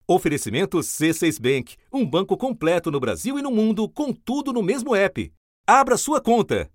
Oferecimento C6 Bank, um banco completo no Brasil e no mundo, com tudo no mesmo app. Abra sua conta.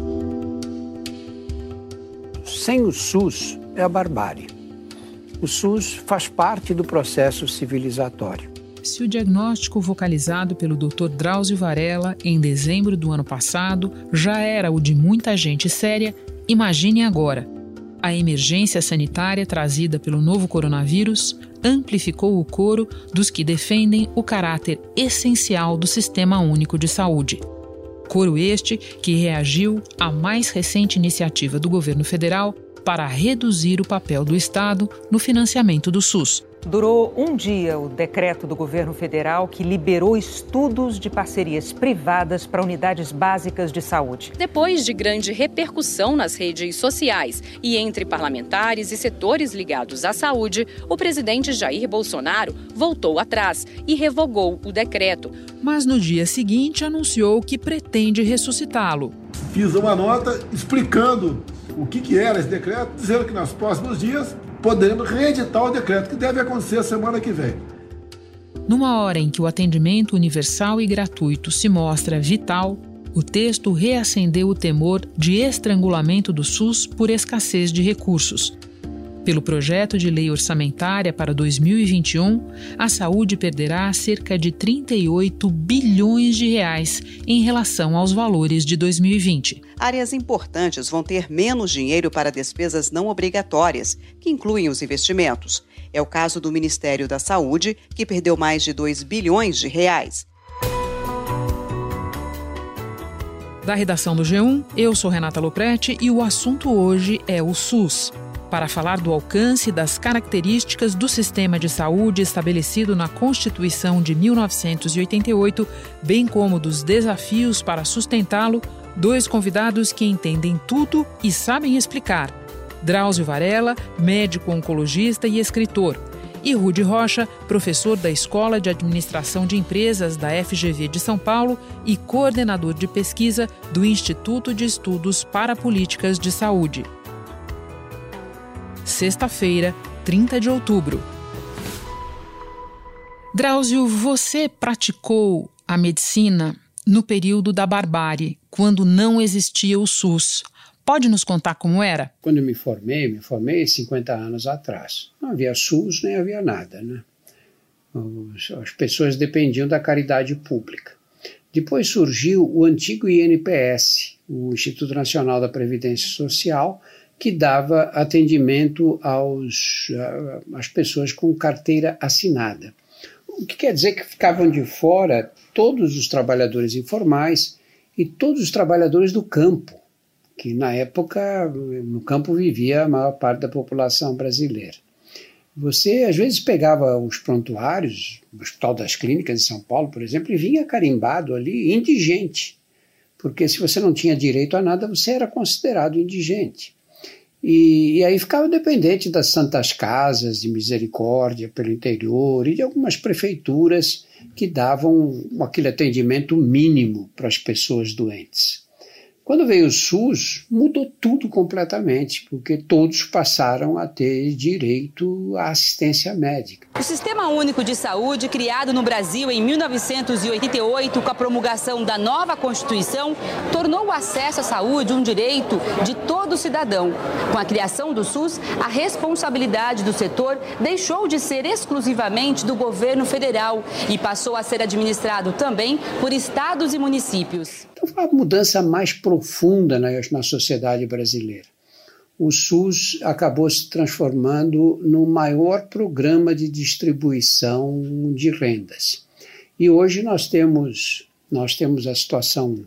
Sem o SUS é a barbárie. O SUS faz parte do processo civilizatório. Se o diagnóstico vocalizado pelo Dr. Drauzio Varella em dezembro do ano passado já era o de muita gente séria, imagine agora. A emergência sanitária trazida pelo novo coronavírus amplificou o coro dos que defendem o caráter essencial do Sistema Único de Saúde. Coro este que reagiu à mais recente iniciativa do governo federal para reduzir o papel do Estado no financiamento do SUS. Durou um dia o decreto do governo federal que liberou estudos de parcerias privadas para unidades básicas de saúde. Depois de grande repercussão nas redes sociais e entre parlamentares e setores ligados à saúde, o presidente Jair Bolsonaro voltou atrás e revogou o decreto. Mas no dia seguinte anunciou que pretende ressuscitá-lo. Fiz uma nota explicando o que era esse decreto, dizendo que nos próximos dias podemos reeditar o decreto, que deve acontecer a semana que vem. Numa hora em que o atendimento universal e gratuito se mostra vital, o texto reacendeu o temor de estrangulamento do SUS por escassez de recursos. Pelo projeto de lei orçamentária para 2021, a saúde perderá cerca de 38 bilhões de reais em relação aos valores de 2020. Áreas importantes vão ter menos dinheiro para despesas não obrigatórias, que incluem os investimentos. É o caso do Ministério da Saúde, que perdeu mais de 2 bilhões de reais. Da redação do G1, eu sou Renata Lopretti e o assunto hoje é o SUS. Para falar do alcance e das características do sistema de saúde estabelecido na Constituição de 1988, bem como dos desafios para sustentá-lo, dois convidados que entendem tudo e sabem explicar. Drauzio Varella, médico oncologista e escritor, e Rudy Rocha, professor da Escola de Administração de Empresas da FGV de São Paulo e coordenador de pesquisa do Instituto de Estudos para Políticas de Saúde. Sexta-feira, 30 de outubro. Drauzio, você praticou a medicina no período da barbárie, quando não existia o SUS. Pode nos contar como era? Quando eu me formei 50 anos atrás. Não havia SUS, nem havia nada, né? As pessoas dependiam da caridade pública. Depois surgiu o antigo INPS, o Instituto Nacional da Previdência Social, que dava atendimento às pessoas com carteira assinada. O que quer dizer que ficavam de fora todos os trabalhadores informais e todos os trabalhadores do campo, que na época no campo vivia a maior parte da população brasileira. Você às vezes pegava os prontuários, o Hospital das Clínicas de São Paulo, por exemplo, e vinha carimbado ali indigente, porque se você não tinha direito a nada, você era considerado indigente. E aí ficava dependente das santas casas de misericórdia pelo interior e de algumas prefeituras que davam aquele atendimento mínimo para as pessoas doentes. Quando veio o SUS, mudou tudo completamente, porque todos passaram a ter direito à assistência médica. O Sistema Único de Saúde, criado no Brasil em 1988 com a promulgação da nova Constituição, tornou o acesso à saúde um direito de todo cidadão. Com a criação do SUS, a responsabilidade do setor deixou de ser exclusivamente do governo federal e passou a ser administrado também por estados e municípios. Então foi uma mudança mais profunda na sociedade brasileira. O SUS acabou se transformando no maior programa de distribuição de rendas. E hoje nós temos a situação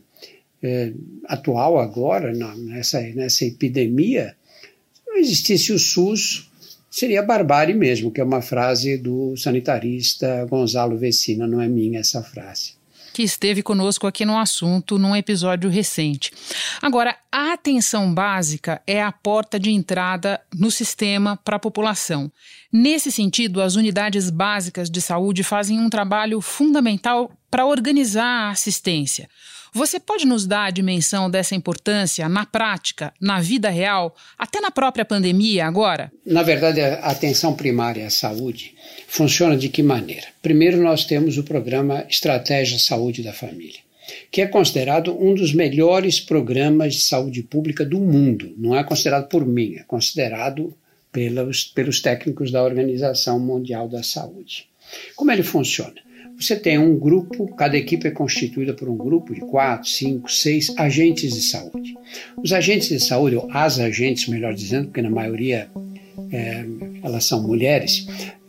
atual agora, nessa epidemia. Se não existisse o SUS, seria barbárie mesmo, que é uma frase do sanitarista Gonzalo Vecina, não é minha essa frase. Que esteve conosco aqui no assunto num episódio recente. Agora, a atenção básica é a porta de entrada no sistema para a população. Nesse sentido, as unidades básicas de saúde fazem um trabalho fundamental para organizar a assistência. Você pode nos dar a dimensão dessa importância na prática, na vida real, até na própria pandemia agora? Na verdade, a atenção primária à saúde funciona de que maneira? Primeiro, nós temos o programa Estratégia Saúde da Família, que é considerado um dos melhores programas de saúde pública do mundo. Não é considerado por mim, é considerado pelos técnicos da Organização Mundial da Saúde. Como ele funciona? Você tem um grupo, cada equipe é constituída por um grupo de 4, 5, 6 agentes de saúde. Os agentes de saúde, ou as agentes, melhor dizendo, porque na maioria elas são mulheres,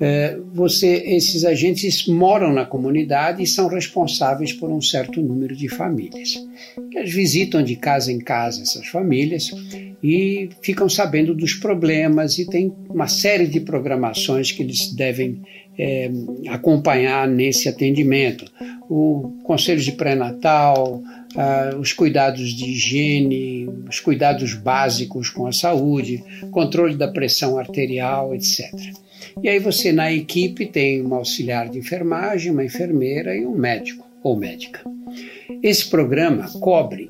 esses agentes moram na comunidade e são responsáveis por um certo número de famílias. Eles visitam de casa em casa essas famílias e ficam sabendo dos problemas e tem uma série de programações que eles devem acompanhar nesse atendimento. O conselho de pré-natal, os cuidados de higiene, os cuidados básicos com a saúde, controle da pressão arterial, etc. E aí você na equipe tem um auxiliar de enfermagem, uma enfermeira e um médico ou médica. Esse programa cobre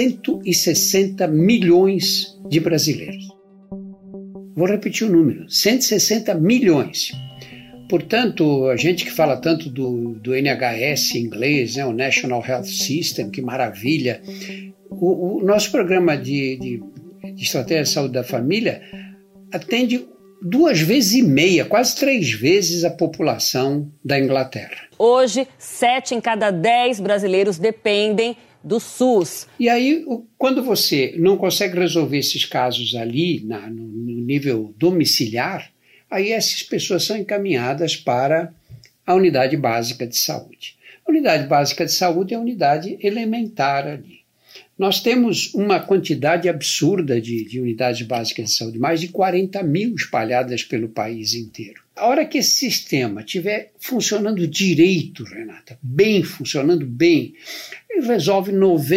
160 milhões de brasileiros. Vou repetir o número, 160 milhões. Portanto, a gente que fala tanto do NHS em inglês, o National Health System, que maravilha, o nosso programa de Estratégia de Saúde da Família atende 2,5 vezes, quase 3 vezes a população da Inglaterra. Hoje, 7 em cada 10 brasileiros dependem do SUS. E aí, quando você não consegue resolver esses casos ali, no nível domiciliar, aí essas pessoas são encaminhadas para a unidade básica de saúde. A unidade básica de saúde é a unidade elementar ali. Nós temos uma quantidade absurda de unidades básicas de saúde, mais de 40 mil espalhadas pelo país inteiro. A hora que esse sistema estiver funcionando direito, Renata, funcionando bem, ele resolve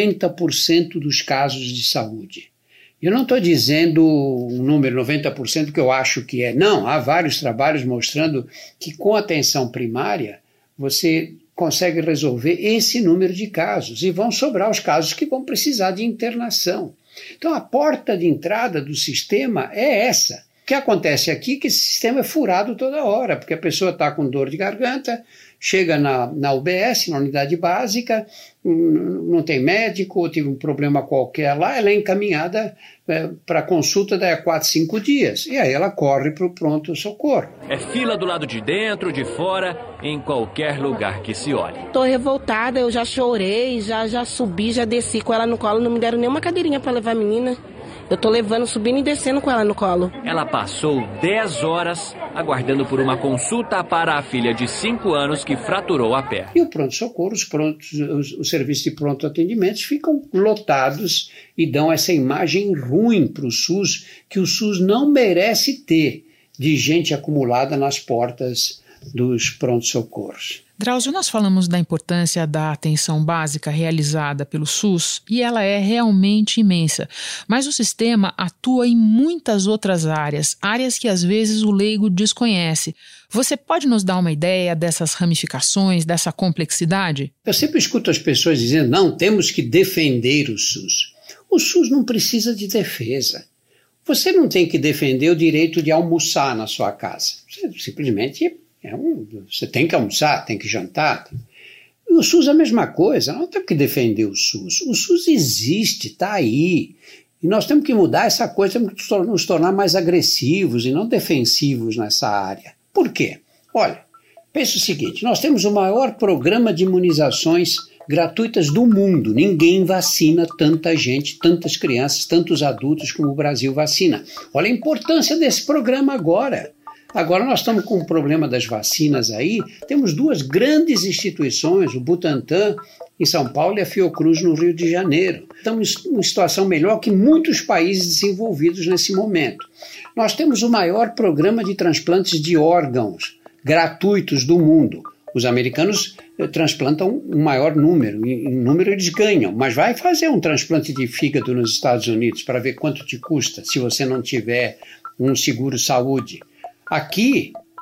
90% dos casos de saúde. Eu não estou dizendo um número 90% que eu acho que é. Não, há vários trabalhos mostrando que com atenção primária você consegue resolver esse número de casos e vão sobrar os casos que vão precisar de internação. Então a porta de entrada do sistema é essa. O que acontece aqui é que esse sistema é furado toda hora, porque a pessoa está com dor de garganta, chega na UBS, na unidade básica, não tem médico, ou tive um problema qualquer lá, ela é encaminhada para consulta daí a 4, 5 dias. E aí ela corre para o pronto-socorro. É fila do lado de dentro, de fora, em qualquer lugar que se olhe. Tô revoltada, eu já chorei, já subi, já desci com ela no colo, não me deram nenhuma cadeirinha para levar a menina. Eu tô levando, subindo e descendo com ela no colo. Ela passou 10 horas aguardando por uma consulta para a filha de 5 anos que fraturou a perna. E o pronto-socorro, os serviços de pronto atendimento ficam lotados e dão essa imagem ruim para o SUS, que o SUS não merece ter, de gente acumulada nas portas dos pronto-socorros. Drauzio, nós falamos da importância da atenção básica realizada pelo SUS e ela é realmente imensa, mas o sistema atua em muitas outras áreas que às vezes o leigo desconhece. Você pode nos dar uma ideia dessas ramificações, dessa complexidade? Eu sempre escuto as pessoas dizendo, não, temos que defender o SUS. O SUS não precisa de defesa. Você não tem que defender o direito de almoçar na sua casa. Você simplesmente... Você tem que almoçar, tem que jantar. E o SUS é a mesma coisa, não temos que defender o SUS. O SUS existe, está aí. E nós temos que mudar essa coisa, temos que nos tornar mais agressivos e não defensivos nessa área. Por quê? Olha, pensa o seguinte, nós temos o maior programa de imunizações gratuitas do mundo. Ninguém vacina tanta gente, tantas crianças, tantos adultos como o Brasil vacina. Olha a importância desse programa agora. Agora nós estamos com o problema das vacinas aí, temos 2 grandes instituições, o Butantan em São Paulo e a Fiocruz no Rio de Janeiro. Estamos em uma situação melhor que muitos países desenvolvidos nesse momento. Nós temos o maior programa de transplantes de órgãos gratuitos do mundo. Os americanos transplantam um maior número, em número eles ganham, mas vai fazer um transplante de fígado nos Estados Unidos para ver quanto te custa se você não tiver um seguro-saúde. Aqui,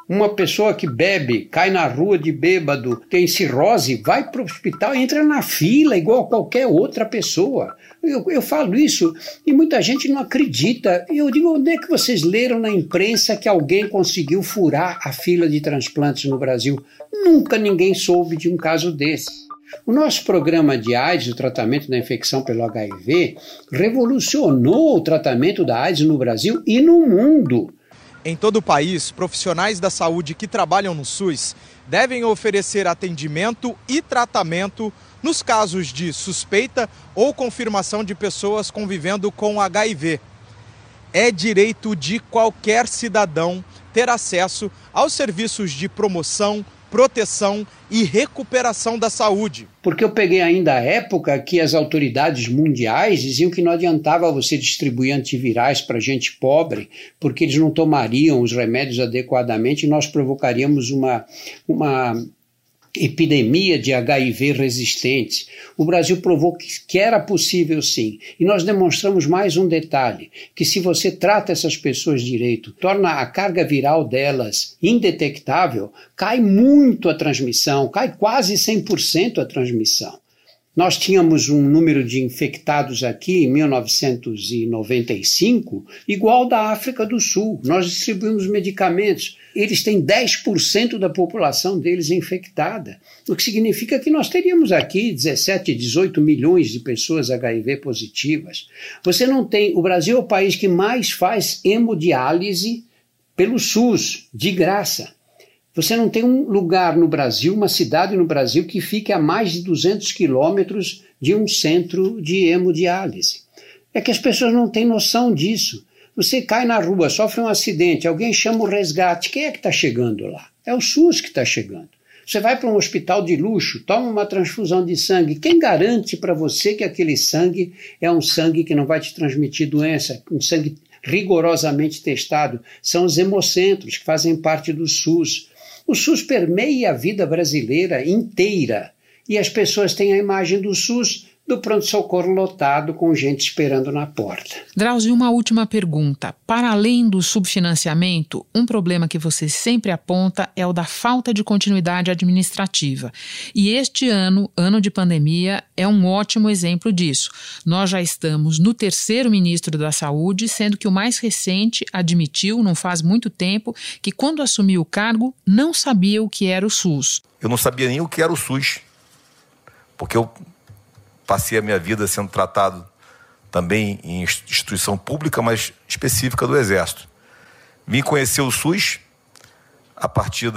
Uma pessoa que bebe, cai na rua de bêbado, tem cirrose, vai para o hospital, entra na fila igual qualquer outra pessoa. Eu falo isso e muita gente não acredita. Eu digo, onde é que vocês leram na imprensa que alguém conseguiu furar a fila de transplantes no Brasil? Nunca ninguém soube de um caso desse. O nosso programa de AIDS, o tratamento da infecção pelo HIV, revolucionou o tratamento da AIDS no Brasil e no mundo. Em todo o país, profissionais da saúde que trabalham no SUS devem oferecer atendimento e tratamento nos casos de suspeita ou confirmação de pessoas convivendo com HIV. É direito de qualquer cidadão ter acesso aos serviços de promoção, proteção e recuperação da saúde. Porque eu peguei ainda a época que as autoridades mundiais diziam que não adiantava você distribuir antivirais para gente pobre, porque eles não tomariam os remédios adequadamente e nós provocaríamos uma epidemia de HIV resistentes. O Brasil provou que era possível sim. E nós demonstramos mais um detalhe, que se você trata essas pessoas direito, torna a carga viral delas indetectável, cai muito a transmissão, cai quase 100% a transmissão. Nós tínhamos um número de infectados aqui em 1995 igual da África do Sul. Nós distribuímos medicamentos. Eles têm 10% da população deles infectada, o que significa que nós teríamos aqui 17, 18 milhões de pessoas HIV positivas. Você não tem... O Brasil é o país que mais faz hemodiálise pelo SUS, de graça. Você não tem um lugar no Brasil, uma cidade no Brasil que fique a mais de 200 quilômetros de um centro de hemodiálise. É que as pessoas não têm noção disso. Você cai na rua, sofre um acidente, alguém chama o resgate. Quem é que está chegando lá? É o SUS que está chegando. Você vai para um hospital de luxo, toma uma transfusão de sangue. Quem garante para você que aquele sangue é um sangue que não vai te transmitir doença, um sangue rigorosamente testado? São os hemocentros que fazem parte do SUS. O SUS permeia a vida brasileira inteira e as pessoas têm a imagem do SUS do pronto-socorro lotado com gente esperando na porta. Drauzio, uma última pergunta. Para além do subfinanciamento, um problema que você sempre aponta é o da falta de continuidade administrativa. E este ano de pandemia, é um ótimo exemplo disso. Nós já estamos no 3º ministro da Saúde, sendo que o mais recente admitiu, não faz muito tempo, que quando assumiu o cargo, não sabia o que era o SUS. Eu não sabia nem o que era o SUS, porque eu passei a minha vida sendo tratado também em instituição pública, mas específica do Exército. Vim conhecer o SUS a partir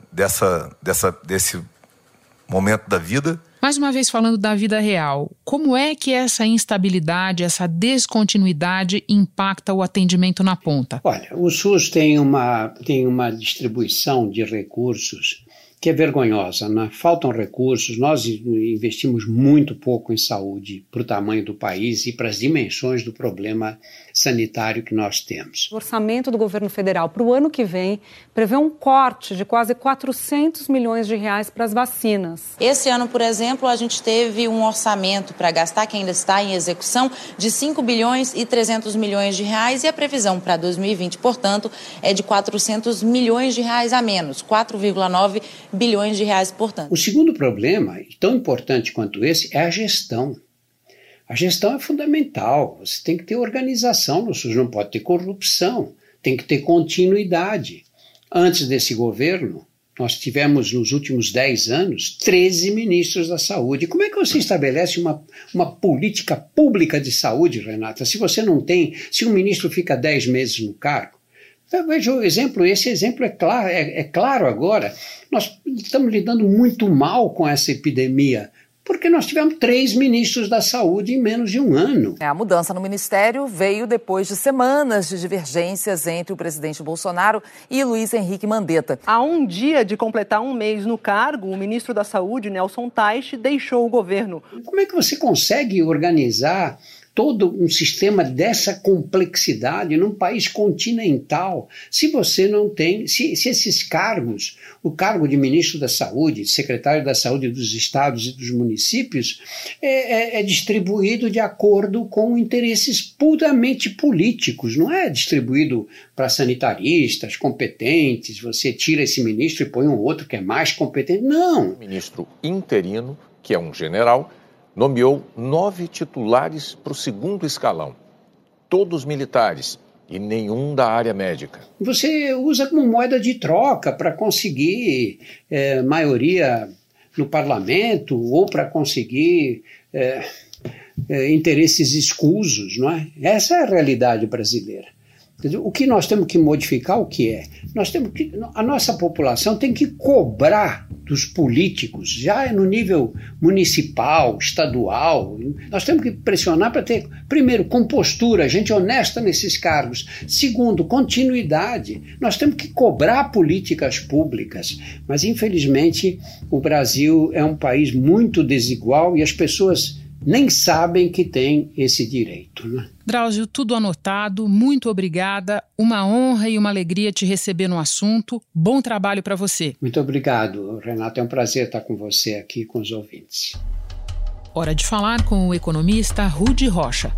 desse momento da vida. Mais uma vez falando da vida real, como é que essa instabilidade, essa descontinuidade impacta o atendimento na ponta? Olha, o SUS tem uma distribuição de recursos que é vergonhosa, né? Faltam recursos, nós investimos muito pouco em saúde para o tamanho do país e para as dimensões do problema sanitário que nós temos. O orçamento do governo federal para o ano que vem prevê um corte de quase 400 milhões de reais para as vacinas. Esse ano, por exemplo, a gente teve um orçamento para gastar, que ainda está em execução, de 5 bilhões e 300 milhões de reais e a previsão para 2020, portanto, é de 400 milhões de reais a menos, 4,9 bilhões de reais, portanto. O segundo problema, tão importante quanto esse, é a gestão. A gestão é fundamental, você tem que ter organização no SUS, não pode ter corrupção, tem que ter continuidade. Antes desse governo, nós tivemos nos últimos 10 anos 13 ministros da saúde. Como é que você estabelece uma política pública de saúde, Renata, se você não tem, se um ministro fica 10 meses no cargo? Veja o exemplo, esse exemplo é claro agora. Nós estamos lidando muito mal com essa epidemia, porque nós tivemos 3 ministros da saúde em menos de um ano. A mudança no ministério veio depois de semanas de divergências entre o presidente Bolsonaro e Luiz Henrique Mandetta. Há um dia de completar um mês no cargo, o ministro da Saúde, Nelson Teich, deixou o governo. Como é que você consegue organizar todo um sistema dessa complexidade num país continental, se você não tem, se esses cargos, o cargo de ministro da Saúde, secretário da Saúde dos estados e dos municípios, é distribuído de acordo com interesses puramente políticos, não é distribuído para sanitaristas competentes, você tira esse ministro e põe um outro que é mais competente, não. O ministro interino, que é um general, nomeou 9 titulares para o 2º escalão, todos militares e nenhum da área médica. Você usa como moeda de troca para conseguir maioria no parlamento ou para conseguir interesses escusos, não é? Essa é a realidade brasileira. O que nós temos que modificar, o que é? A nossa população tem que cobrar dos políticos, já no nível municipal, estadual. Nós temos que pressionar para ter, primeiro, compostura, gente honesta nesses cargos. Segundo, continuidade. Nós temos que cobrar políticas públicas. Mas, infelizmente, o Brasil é um país muito desigual e as pessoas nem sabem que tem esse direito, né? Drauzio, tudo anotado, muito obrigada, uma honra e uma alegria te receber no assunto, bom trabalho para você. Muito obrigado, Renato, é um prazer estar com você aqui com os ouvintes. Hora de falar com o economista Rudi Rocha.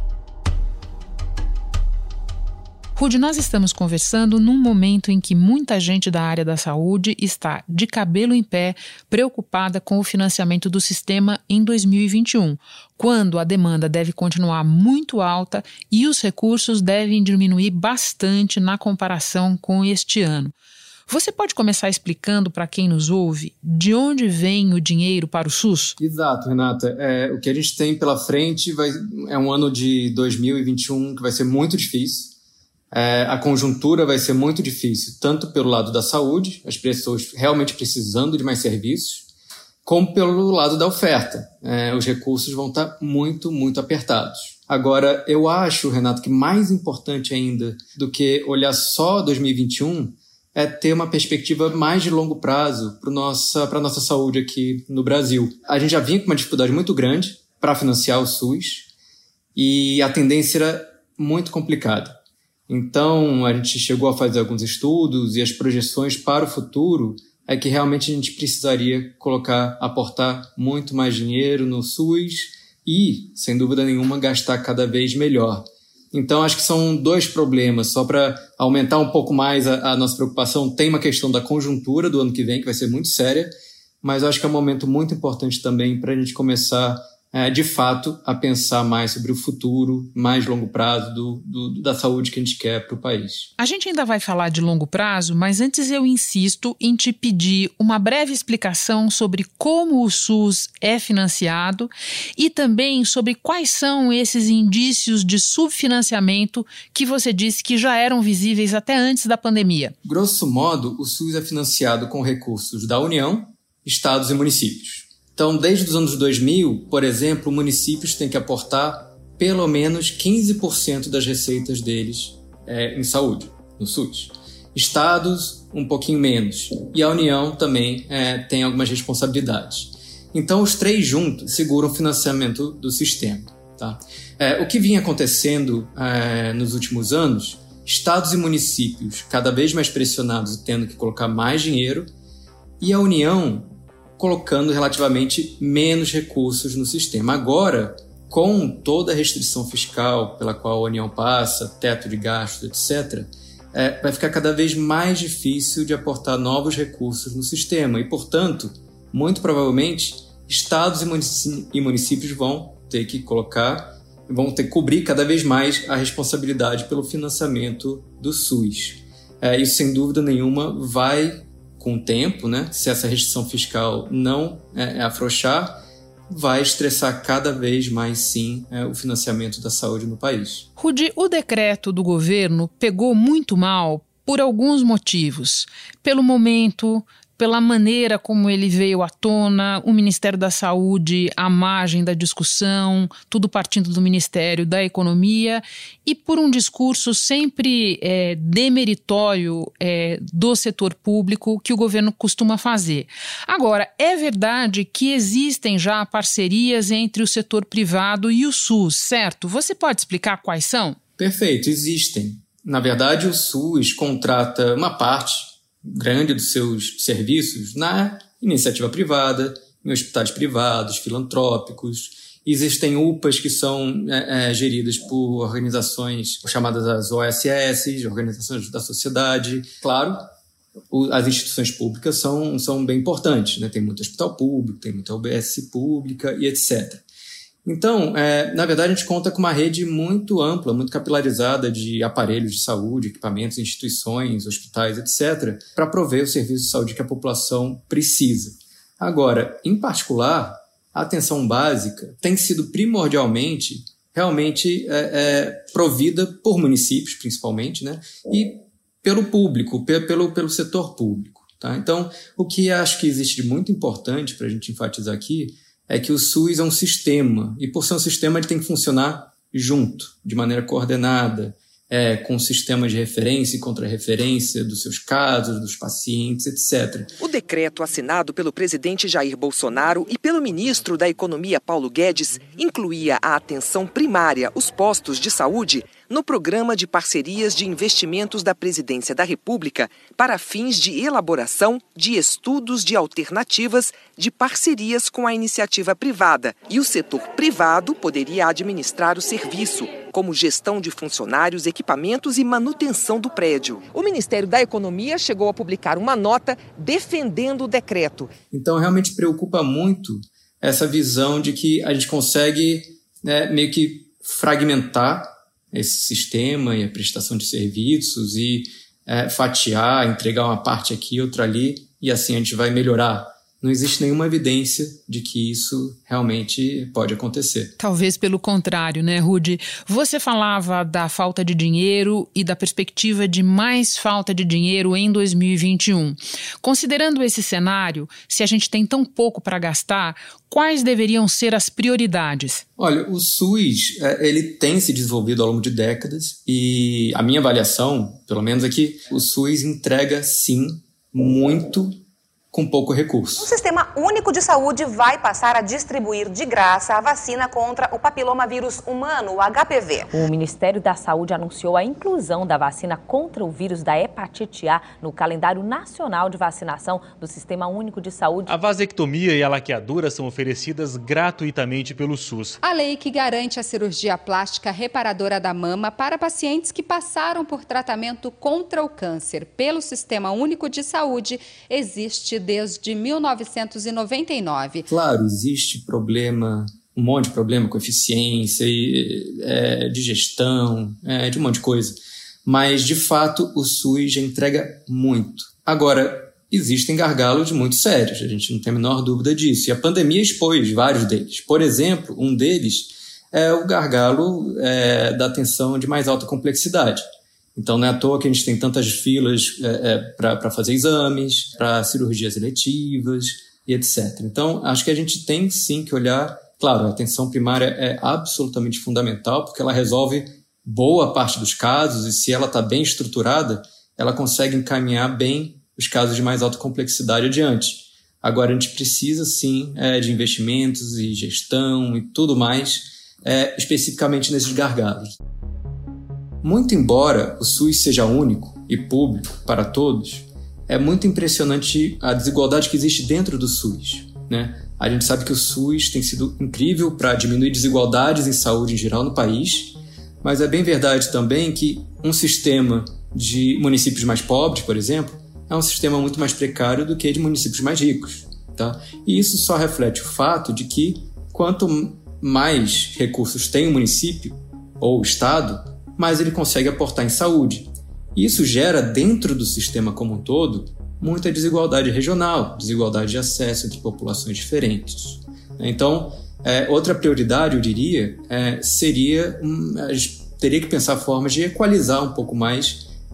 Rudi, nós estamos conversando num momento em que muita gente da área da saúde está de cabelo em pé, preocupada com o financiamento do sistema em 2021, quando a demanda deve continuar muito alta e os recursos devem diminuir bastante na comparação com este ano. Você pode começar explicando para quem nos ouve de onde vem o dinheiro para o SUS? Exato, Renata. O que a gente tem pela frente é um ano de 2021 que vai ser muito difícil. A conjuntura vai ser muito difícil, tanto pelo lado da saúde, as pessoas realmente precisando de mais serviços, como pelo lado da oferta. Os recursos vão estar muito, muito apertados. Agora, eu acho, Renato, que mais importante ainda do que olhar só 2021 é ter uma perspectiva mais de longo prazo para a nossa saúde aqui no Brasil. A gente já vinha com uma dificuldade muito grande para financiar o SUS e a tendência era muito complicada. Então, a gente chegou a fazer alguns estudos e as projeções para o futuro é que realmente a gente precisaria aportar muito mais dinheiro no SUS e, sem dúvida nenhuma, gastar cada vez melhor. Então, acho que são 2 problemas. Só para aumentar um pouco mais a nossa preocupação, tem uma questão da conjuntura do ano que vem, que vai ser muito séria, mas acho que é um momento muito importante também para a gente começar de fato, a pensar mais sobre o futuro, mais longo prazo da saúde que a gente quer para o país. A gente ainda vai falar de longo prazo, mas antes eu insisto em te pedir uma breve explicação sobre como o SUS é financiado e também sobre quais são esses indícios de subfinanciamento que você disse que já eram visíveis até antes da pandemia. Grosso modo, o SUS é financiado com recursos da União, estados e municípios. Então, desde os anos 2000, por exemplo, municípios têm que aportar pelo menos 15% das receitas deles em saúde, no SUS. Estados, um pouquinho menos. E a União também tem algumas responsabilidades. Então, os 3 juntos seguram o financiamento do sistema. Tá? O que vinha acontecendo nos últimos anos, estados e municípios cada vez mais pressionados e tendo que colocar mais dinheiro, e a União colocando relativamente menos recursos no sistema. Agora, com toda a restrição fiscal pela qual a União passa, teto de gastos, etc., vai ficar cada vez mais difícil de aportar novos recursos no sistema e, portanto, muito provavelmente, estados e municípios vão ter que cobrir cada vez mais a responsabilidade pelo financiamento do SUS. Isso, sem dúvida nenhuma, vai com o tempo, né? Se essa restrição fiscal não afrouxar, vai estressar cada vez mais, sim, o financiamento da saúde no país. Rudi, o decreto do governo pegou muito mal por alguns motivos. Pelo momento, pela maneira como ele veio à tona, o Ministério da Saúde à margem da discussão, tudo partindo do Ministério da Economia, e por um discurso sempre demeritório do setor público que o governo costuma fazer. Agora, é verdade que existem já parcerias entre o setor privado e o SUS, certo? Você pode explicar quais são? Perfeito, existem. Na verdade, o SUS contrata uma parte grande dos seus serviços na iniciativa privada, em hospitais privados, filantrópicos. Existem UPAs que são geridas por organizações chamadas as OSS, Organizações da Sociedade. Claro, as instituições públicas são bem importantes, né? Tem muito hospital público, tem muita UBS pública e etc. Então, na verdade, a gente conta com uma rede muito ampla, muito capilarizada de aparelhos de saúde, equipamentos, instituições, hospitais, etc., para prover o serviço de saúde que a população precisa. Agora, em particular, a atenção básica tem sido primordialmente, realmente, provida por municípios, principalmente, né? E pelo público, pelo setor público. Tá? Então, o que acho que existe de muito importante para a gente enfatizar aqui é que o SUS é um sistema, e por ser um sistema ele tem que funcionar junto, de maneira coordenada, com um sistema de referência e contra-referência dos seus casos, dos pacientes, etc. O decreto assinado pelo presidente Jair Bolsonaro e pelo ministro da Economia Paulo Guedes incluía a atenção primária, os postos de saúde, no programa de parcerias de investimentos da Presidência da República para fins de elaboração de estudos de alternativas de parcerias com a iniciativa privada. E o setor privado poderia administrar o serviço, como gestão de funcionários, equipamentos e manutenção do prédio. O Ministério da Economia chegou a publicar uma nota defendendo o decreto. Então, realmente preocupa muito essa visão de que a gente consegue meio que fragmentar esse sistema e a prestação de serviços e fatiar, entregar uma parte aqui, outra ali, e assim a gente vai melhorar. Não existe nenhuma evidência de que isso realmente pode acontecer. Talvez pelo contrário, né, Rudy? Você falava da falta de dinheiro e da perspectiva de mais falta de dinheiro em 2021. Considerando esse cenário, se a gente tem tão pouco para gastar, quais deveriam ser as prioridades? Olha, o SUS ele tem se desenvolvido ao longo de décadas e a minha avaliação, pelo menos, é que o SUS entrega, sim, muito com pouco recurso. O Sistema Único de Saúde vai passar a distribuir de graça a vacina contra o papilomavírus humano, o HPV. O Ministério da Saúde anunciou a inclusão da vacina contra o vírus da hepatite A no calendário nacional de vacinação do Sistema Único de Saúde. A vasectomia e a laqueadura são oferecidas gratuitamente pelo SUS. A lei que garante a cirurgia plástica reparadora da mama para pacientes que passaram por tratamento contra o câncer pelo Sistema Único de Saúde existe desde 1999. Claro, existe um monte de problema com eficiência, de gestão, de um monte de coisa. Mas, de fato, o SUS já entrega muito. Agora, existem gargalos muito sérios, a gente não tem a menor dúvida disso. E a pandemia expôs vários deles. Por exemplo, um deles é o gargalo da atenção de mais alta complexidade. Então, não é à toa que a gente tem tantas filas para fazer exames, para cirurgias eletivas e etc. Então, acho que a gente tem sim que olhar. Claro, a atenção primária é absolutamente fundamental, porque ela resolve boa parte dos casos e se ela está bem estruturada, ela consegue encaminhar bem os casos de mais alta complexidade adiante. Agora, a gente precisa sim de investimentos e gestão e tudo mais, especificamente nesses gargalos. Muito embora o SUS seja único e público para todos, é muito impressionante a desigualdade que existe dentro do SUS, né? A gente sabe que o SUS tem sido incrível para diminuir desigualdades em saúde em geral no país, mas é bem verdade também que um sistema de municípios mais pobres, por exemplo, é um sistema muito mais precário do que de municípios mais ricos, tá? E isso só reflete o fato de que quanto mais recursos tem o município ou o estado, mais ele consegue aportar em saúde. E isso gera, dentro do sistema como um todo, muita desigualdade regional, desigualdade de acesso entre populações diferentes. Então, outra prioridade, eu diria, teria que pensar formas de equalizar um pouco mais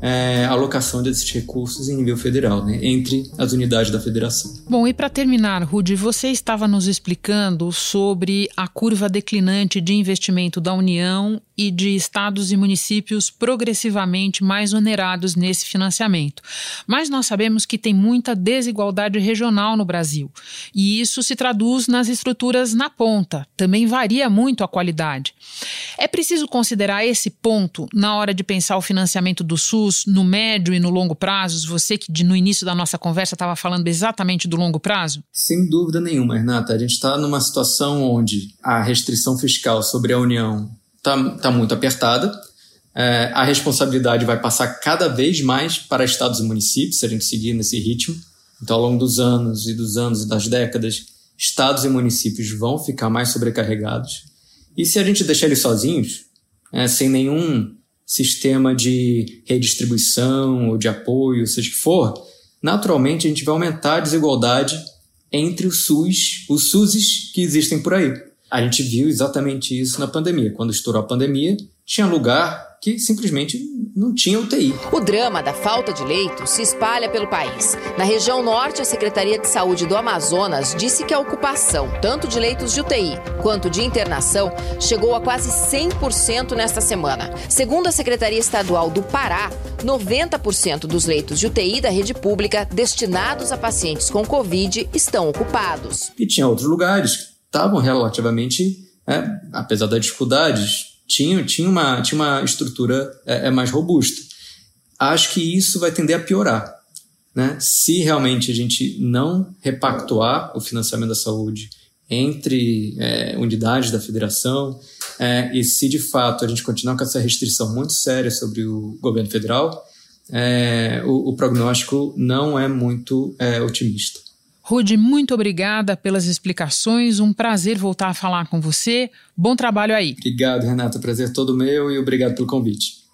alocação desses recursos em nível federal, né, entre as unidades da federação. Bom, e para terminar, Rudi, você estava nos explicando sobre a curva declinante de investimento da União e de estados e municípios progressivamente mais onerados nesse financiamento. Mas nós sabemos que tem muita desigualdade regional no Brasil e isso se traduz nas estruturas na ponta. Também varia muito a qualidade. É preciso considerar esse ponto na hora de pensar o financiamento do SUS no médio e no longo prazo? Você que no início da nossa conversa estava falando exatamente do longo prazo? Sem dúvida nenhuma, Renata. A gente está numa situação onde a restrição fiscal sobre a União está muito apertada. A responsabilidade vai passar cada vez mais para estados e municípios, se a gente seguir nesse ritmo. Então, ao longo dos anos e das décadas, estados e municípios vão ficar mais sobrecarregados. E se a gente deixar eles sozinhos, sem nenhum sistema de redistribuição ou de apoio, seja o que for, naturalmente a gente vai aumentar a desigualdade entre os SUSes que existem por aí. A gente viu exatamente isso na pandemia. Quando estourou a pandemia, tinha lugar que simplesmente não tinha UTI. O drama da falta de leitos se espalha pelo país. Na região norte, a Secretaria de Saúde do Amazonas disse que a ocupação, tanto de leitos de UTI quanto de internação, chegou a quase 100% nesta semana. Segundo a Secretaria Estadual do Pará, 90% dos leitos de UTI da rede pública destinados a pacientes com Covid estão ocupados. E tinha outros lugares que estavam relativamente, apesar das dificuldades, tinha uma estrutura mais robusta. Acho que isso vai tender a piorar, né? Se realmente a gente não repactuar o financiamento da saúde entre unidades da federação e se de fato a gente continuar com essa restrição muito séria sobre o governo federal, o prognóstico não é muito otimista. Rudi, muito obrigada pelas explicações, um prazer voltar a falar com você, bom trabalho aí. Obrigado, Renata, prazer todo meu e obrigado pelo convite.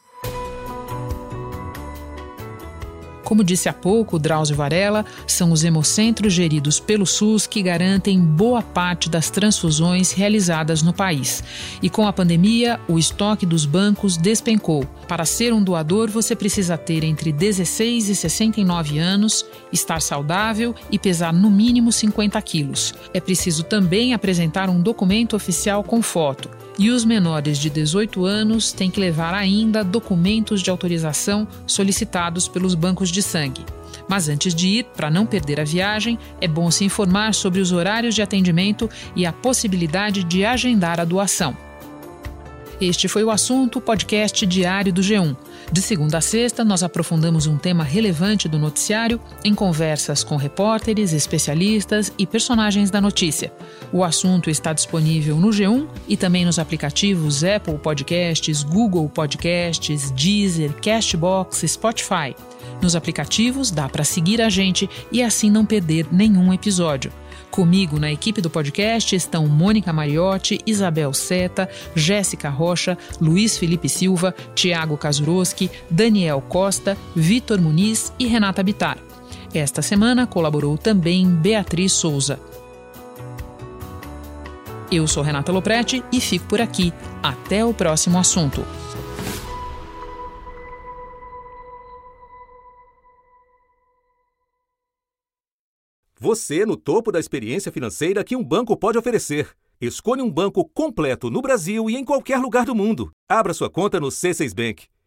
Como disse há pouco o Drauzio Varela, são os hemocentros geridos pelo SUS que garantem boa parte das transfusões realizadas no país. E com a pandemia, o estoque dos bancos despencou. Para ser um doador, você precisa ter entre 16 e 69 anos, estar saudável e pesar no mínimo 50 quilos. É preciso também apresentar um documento oficial com foto. E os menores de 18 anos têm que levar ainda documentos de autorização solicitados pelos bancos de sangue. Mas antes de ir, para não perder a viagem, é bom se informar sobre os horários de atendimento e a possibilidade de agendar a doação. Este foi o assunto podcast diário do G1. De segunda a sexta, nós aprofundamos um tema relevante do noticiário em conversas com repórteres, especialistas e personagens da notícia. O assunto está disponível no G1 e também nos aplicativos Apple Podcasts, Google Podcasts, Deezer, Castbox e Spotify. Nos aplicativos dá para seguir a gente e assim não perder nenhum episódio. Comigo na equipe do podcast estão Mônica Mariotti, Isabel Seta, Jéssica Rocha, Luiz Felipe Silva, Tiago Kazuroski, Daniel Costa, Vitor Muniz e Renata Bittar. Esta semana colaborou também Beatriz Souza. Eu sou Renata Loprete e fico por aqui. Até o próximo assunto. Você no topo da experiência financeira que um banco pode oferecer. Escolha um banco completo no Brasil e em qualquer lugar do mundo. Abra sua conta no C6 Bank.